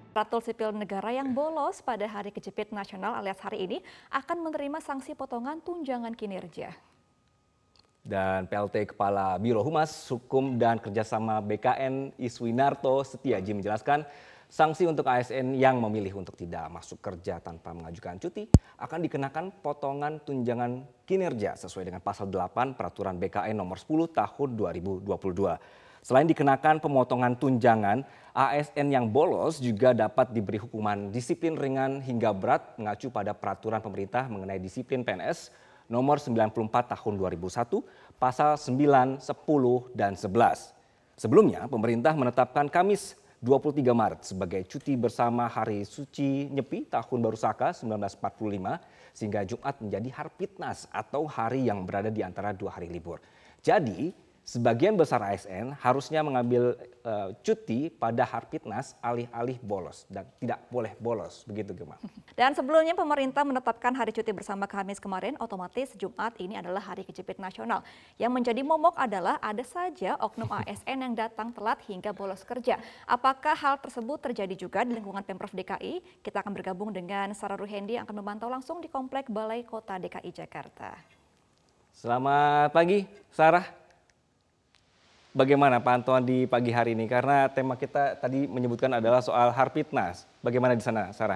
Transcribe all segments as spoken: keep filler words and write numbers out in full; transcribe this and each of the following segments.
Aparatur sipil negara yang bolos pada Hari Kejepit Nasional alias hari ini akan menerima sanksi potongan tunjangan kinerja. Dan P L T Kepala Biro Humas, Hukum dan Kerjasama B K N Iswinarto Setiaji menjelaskan sanksi untuk A S N yang memilih untuk tidak masuk kerja tanpa mengajukan cuti akan dikenakan potongan tunjangan kinerja sesuai dengan pasal delapan Peraturan B K N nomor sepuluh tahun dua ribu dua puluh dua. Selain dikenakan pemotongan tunjangan, A S N yang bolos juga dapat diberi hukuman disiplin ringan hingga berat mengacu pada peraturan pemerintah mengenai disiplin P N S nomor sembilan puluh empat tahun dua ribu satu, pasal sembilan, sepuluh, dan sebelas. Sebelumnya, pemerintah menetapkan Kamis dua puluh tiga Maret sebagai cuti bersama Hari Suci Nyepi Tahun Baru Saka seribu sembilan ratus empat puluh lima sehingga Jumat menjadi Harpitnas atau hari yang berada di antara dua hari libur. Jadi, sebagian besar A S N harusnya mengambil uh, cuti pada Harpitnas alih-alih bolos dan tidak boleh bolos, begitu Gemma. Dan sebelumnya pemerintah menetapkan hari cuti bersama Kamis kemarin, otomatis Jumat ini adalah Hari Kejepit Nasional. Yang menjadi momok adalah ada saja oknum A S N yang datang telat hingga bolos kerja. Apakah hal tersebut terjadi juga di lingkungan Pemprov D K I? Kita akan bergabung dengan Sarah Ruhendi yang akan memantau langsung di Komplek Balai Kota D K I Jakarta. Selamat pagi, Sarah. Bagaimana pantauan di pagi hari ini? Karena tema kita tadi menyebutkan adalah soal Harpitnas. Bagaimana di sana, Sarah?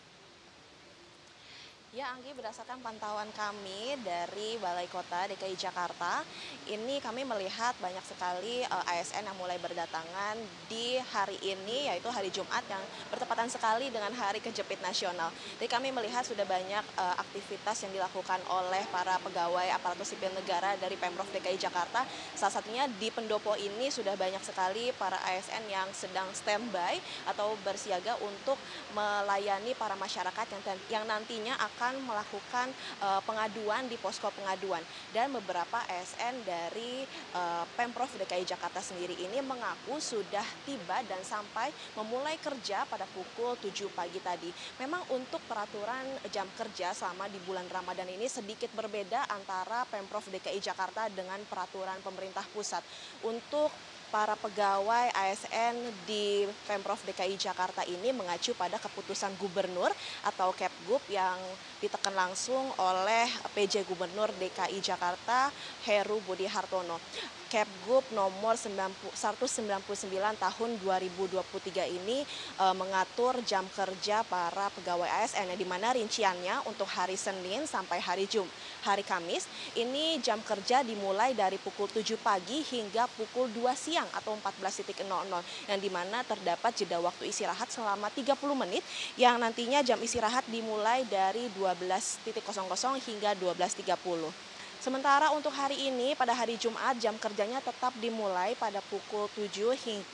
Ya, Anggi, berdasarkan pantauan kami dari Balai Kota D K I Jakarta, ini kami melihat banyak sekali uh, A S N yang mulai berdatangan di hari ini, yaitu hari Jumat yang bertepatan sekali dengan Hari Kejepit Nasional. Jadi kami melihat sudah banyak uh, aktivitas yang dilakukan oleh para pegawai aparatur sipil negara dari Pemprov D K I Jakarta. Salah satunya di pendopo ini sudah banyak sekali para A S N yang sedang standby atau bersiaga untuk melayani para masyarakat yang, yang nantinya akan melakukan uh, pengaduan di posko pengaduan, dan beberapa A S N dari uh, Pemprov D K I Jakarta sendiri ini mengaku sudah tiba dan sampai memulai kerja pada pukul tujuh pagi tadi. Memang untuk peraturan jam kerja selama di bulan Ramadan ini sedikit berbeda antara Pemprov D K I Jakarta dengan peraturan pemerintah pusat. Untuk para pegawai A S N di Pemprov D K I Jakarta ini mengacu pada keputusan gubernur atau Kepgub yang ditekan langsung oleh P J Gubernur D K I Jakarta Heru Budi Hartono. Kepgub nomor seratus sembilan puluh sembilan tahun dua ribu dua puluh tiga ini e, mengatur jam kerja para pegawai A S N, di mana rinciannya untuk hari Senin sampai hari Jum, hari Kamis ini jam kerja dimulai dari pukul tujuh pagi hingga pukul dua siang atau empat belas nol nol, yang dimana terdapat jeda waktu istirahat selama tiga puluh menit yang nantinya jam istirahat dimulai dari dua belas hingga dua belas tiga puluh. Sementara untuk hari ini pada hari Jumat jam kerjanya tetap dimulai pada pukul tujuh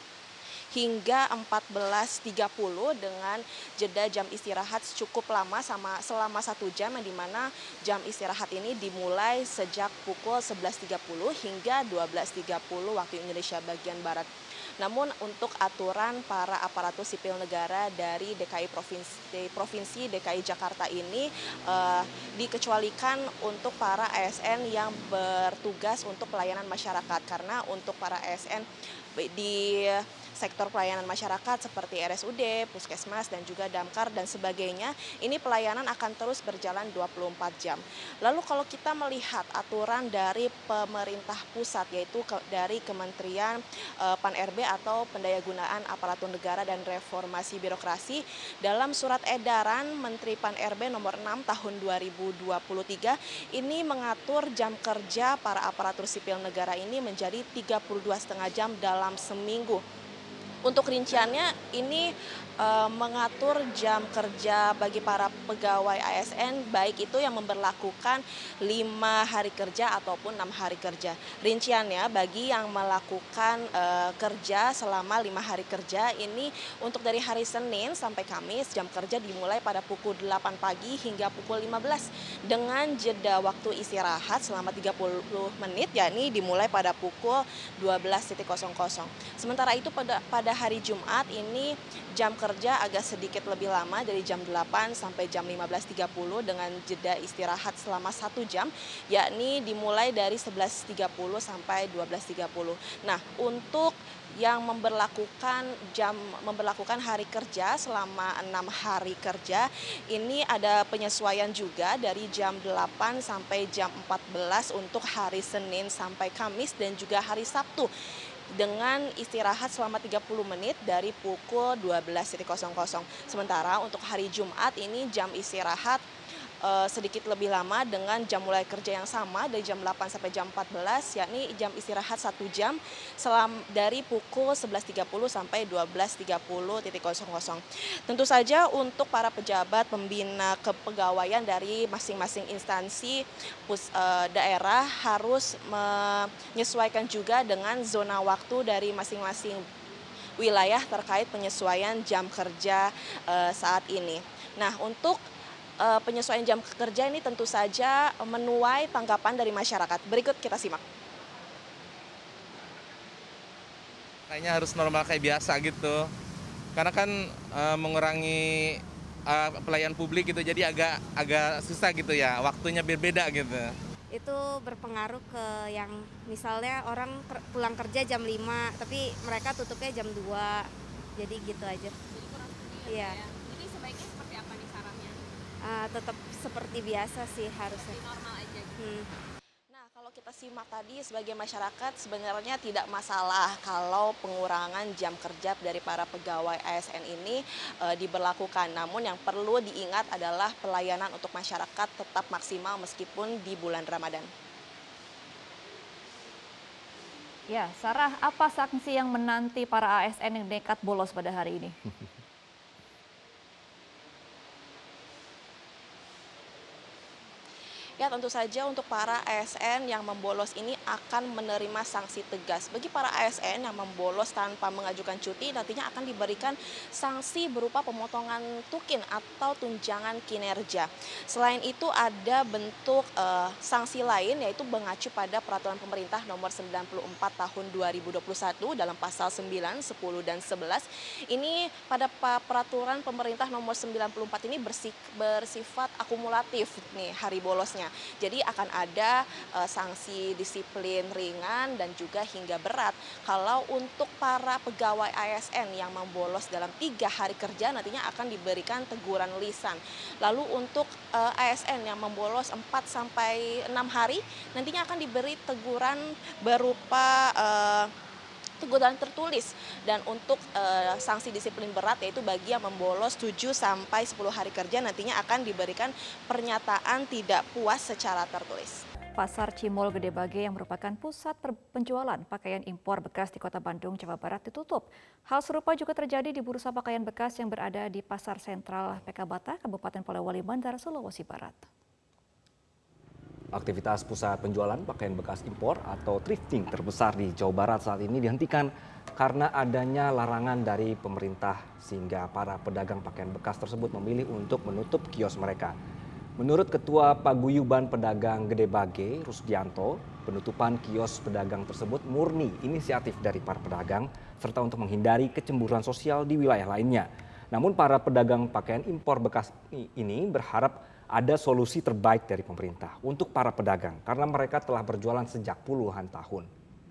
hingga empat belas tiga puluh dengan jeda jam istirahat cukup lama sama selama satu jam, yang dimana jam istirahat ini dimulai sejak pukul sebelas tiga puluh hingga dua belas tiga puluh waktu Indonesia bagian Barat. Namun untuk aturan para aparatur sipil negara dari D K I Provinsi, Provinsi D K I Jakarta ini uh, dikecualikan untuk para A S N yang bertugas untuk pelayanan masyarakat, karena untuk para A S N di sektor pelayanan masyarakat seperti R S U D, Puskesmas, dan juga Damkar dan sebagainya, ini pelayanan akan terus berjalan dua puluh empat jam. Lalu kalau kita melihat aturan dari pemerintah pusat, yaitu ke, dari Kementerian eh, Pan R B atau Pendayagunaan Aparatur Negara dan Reformasi Birokrasi, dalam surat edaran Menteri Pan R B nomor enam tahun dua ribu dua puluh tiga ini mengatur jam kerja para aparatur sipil negara ini menjadi tiga puluh dua setengah jam dalam seminggu. Untuk rinciannya ini e, mengatur jam kerja bagi para pegawai A S N, baik itu yang memberlakukan lima hari kerja ataupun enam hari kerja. Rinciannya bagi yang melakukan e, kerja selama lima hari kerja ini untuk dari hari Senin sampai Kamis jam kerja dimulai pada pukul delapan pagi hingga pukul lima belas dengan jeda waktu istirahat selama tiga puluh menit, yakni dimulai pada pukul dua belas. Sementara itu pada pada pada hari Jumat ini jam kerja agak sedikit lebih lama dari jam delapan sampai jam lima belas tiga puluh dengan jeda istirahat selama satu jam, yakni dimulai dari sebelas tiga puluh sampai dua belas tiga puluh. Nah, untuk yang memberlakukan jam memberlakukan hari kerja selama enam hari kerja ini ada penyesuaian juga dari jam delapan sampai jam empat belas untuk hari Senin sampai Kamis dan juga hari Sabtu dengan istirahat selama tiga puluh menit dari pukul dua belas. Sementara untuk hari Jumat ini jam istirahat Uh, sedikit lebih lama dengan jam mulai kerja yang sama dari jam delapan sampai jam empat belas, yakni jam istirahat satu jam selam, dari pukul sebelas tiga puluh sampai dua belas tiga puluh. Tentu saja untuk para pejabat pembina kepegawaian dari masing-masing instansi pus, uh, daerah harus menyesuaikan juga dengan zona waktu dari masing-masing wilayah terkait penyesuaian jam kerja uh, saat ini. Nah, untuk Uh, penyesuaian jam kerja ini tentu saja menuai tanggapan dari masyarakat. Berikut kita simak. Kayaknya harus normal kayak biasa gitu. Karena kan uh, mengurangi uh, pelayan publik gitu, jadi agak agak susah gitu ya, waktunya berbeda gitu. Itu berpengaruh ke yang misalnya orang pulang kerja jam lima, tapi mereka tutupnya jam dua. Jadi gitu aja. Jadi kurang iya. Ya. Jadi sebaiknya seperti apa nih sarannya? Uh, tetap seperti biasa sih harusnya. Normal aja. Hmm. Nah, kalau kita simak tadi sebagai masyarakat sebenarnya tidak masalah kalau pengurangan jam kerja dari para pegawai A S N ini e, diberlakukan. Namun yang perlu diingat adalah pelayanan untuk masyarakat tetap maksimal meskipun di bulan Ramadan. Ya, Sarah, apa sanksi yang menanti para A S N yang nekat bolos pada hari ini? Ya, tentu saja untuk para A S N yang membolos ini akan menerima sanksi tegas. Bagi para A S N yang membolos tanpa mengajukan cuti, nantinya akan diberikan sanksi berupa pemotongan tukin atau tunjangan kinerja. Selain itu ada bentuk uh, sanksi lain, yaitu mengacu pada peraturan pemerintah nomor sembilan puluh empat tahun dua ribu dua puluh satu dalam pasal sembilan, sepuluh, dan sebelas. Ini pada peraturan pemerintah nomor sembilan puluh empat ini bersifat akumulatif nih hari bolosnya. Jadi akan ada uh, sanksi disiplin ringan dan juga hingga berat. Kalau untuk para pegawai A S N yang membolos dalam tiga hari kerja nantinya akan diberikan teguran lisan. Lalu untuk uh, A S N yang membolos empat sampai enam hari nantinya akan diberi teguran berupa uh, teguran tertulis, dan untuk e, sanksi disiplin berat yaitu bagi yang membolos tujuh sampai sepuluh hari kerja nantinya akan diberikan pernyataan tidak puas secara tertulis. Pasar Cimol Gede Bage yang merupakan pusat penjualan pakaian impor bekas di Kota Bandung, Jawa Barat ditutup. Hal serupa juga terjadi di bursa pakaian bekas yang berada di Pasar Sentral Pekabata, Kabupaten Polewali Mandar, Sulawesi Barat. Aktivitas pusat penjualan pakaian bekas impor atau thrifting terbesar di Jawa Barat saat ini dihentikan karena adanya larangan dari pemerintah sehingga para pedagang pakaian bekas tersebut memilih untuk menutup kios mereka. Menurut Ketua Paguyuban Pedagang Gede Bage, Rusdianto, penutupan kios pedagang tersebut murni inisiatif dari para pedagang serta untuk menghindari kecemburuan sosial di wilayah lainnya. Namun para pedagang pakaian impor bekas ini berharap ada solusi terbaik dari pemerintah untuk para pedagang karena mereka telah berjualan sejak puluhan tahun.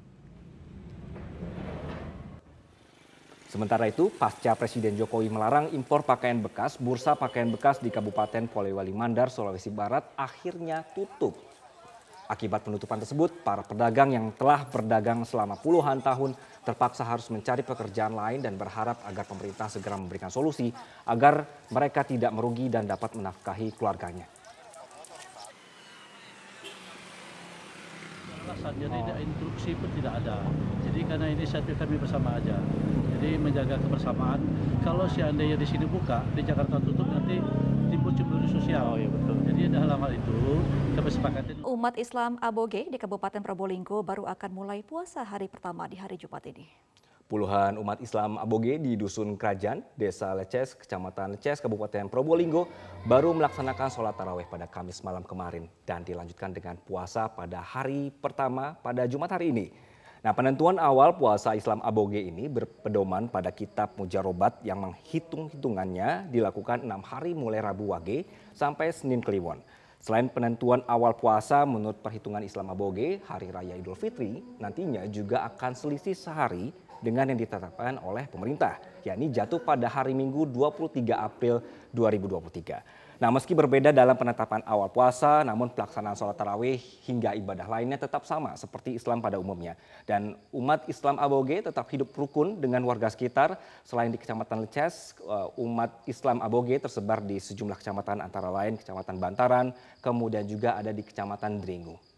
Sementara itu, pasca Presiden Jokowi melarang impor pakaian bekas, bursa pakaian bekas di Kabupaten Polewali Mandar, Sulawesi Barat akhirnya tutup. Akibat penutupan tersebut, para pedagang yang telah berdagang selama puluhan tahun terpaksa harus mencari pekerjaan lain dan berharap agar pemerintah segera memberikan solusi agar mereka tidak merugi dan dapat menafkahi keluarganya. Jadi instruksi pun tidak ada. Jadi karena inisiatif kami bersama aja. Jadi menjaga kebersamaan. Kalau seandainya di sini buka, di Jakarta tutup nanti timbul cemburu sosial. Oh, iya betul. Jadi dalam hal itu kami sepakati. Umat Islam Aboge di Kabupaten Probolinggo baru akan mulai puasa hari pertama di hari Jumat ini. Puluhan umat Islam Aboge di Dusun Kerajaan, Desa Leces, Kecamatan Leces, Kabupaten Probolinggo baru melaksanakan sholat tarawih pada Kamis malam kemarin dan dilanjutkan dengan puasa pada hari pertama pada Jumat hari ini. Nah, penentuan awal puasa Islam Aboge ini berpedoman pada kitab Mujarobat yang menghitung-hitungannya dilakukan enam hari mulai Rabu Wage sampai Senin Kliwon. Selain penentuan awal puasa menurut perhitungan Islam Aboge, Hari Raya Idul Fitri nantinya juga akan selisih sehari dengan yang ditetapkan oleh pemerintah, yakni jatuh pada hari Minggu dua puluh tiga April dua ribu dua puluh tiga. Nah, meski berbeda dalam penetapan awal puasa, namun pelaksanaan sholat tarawih hingga ibadah lainnya tetap sama seperti Islam pada umumnya. Dan umat Islam Aboge tetap hidup rukun dengan warga sekitar. Selain di Kecamatan Leces, umat Islam Aboge tersebar di sejumlah kecamatan antara lain Kecamatan Bantaran, kemudian juga ada di Kecamatan Dringu.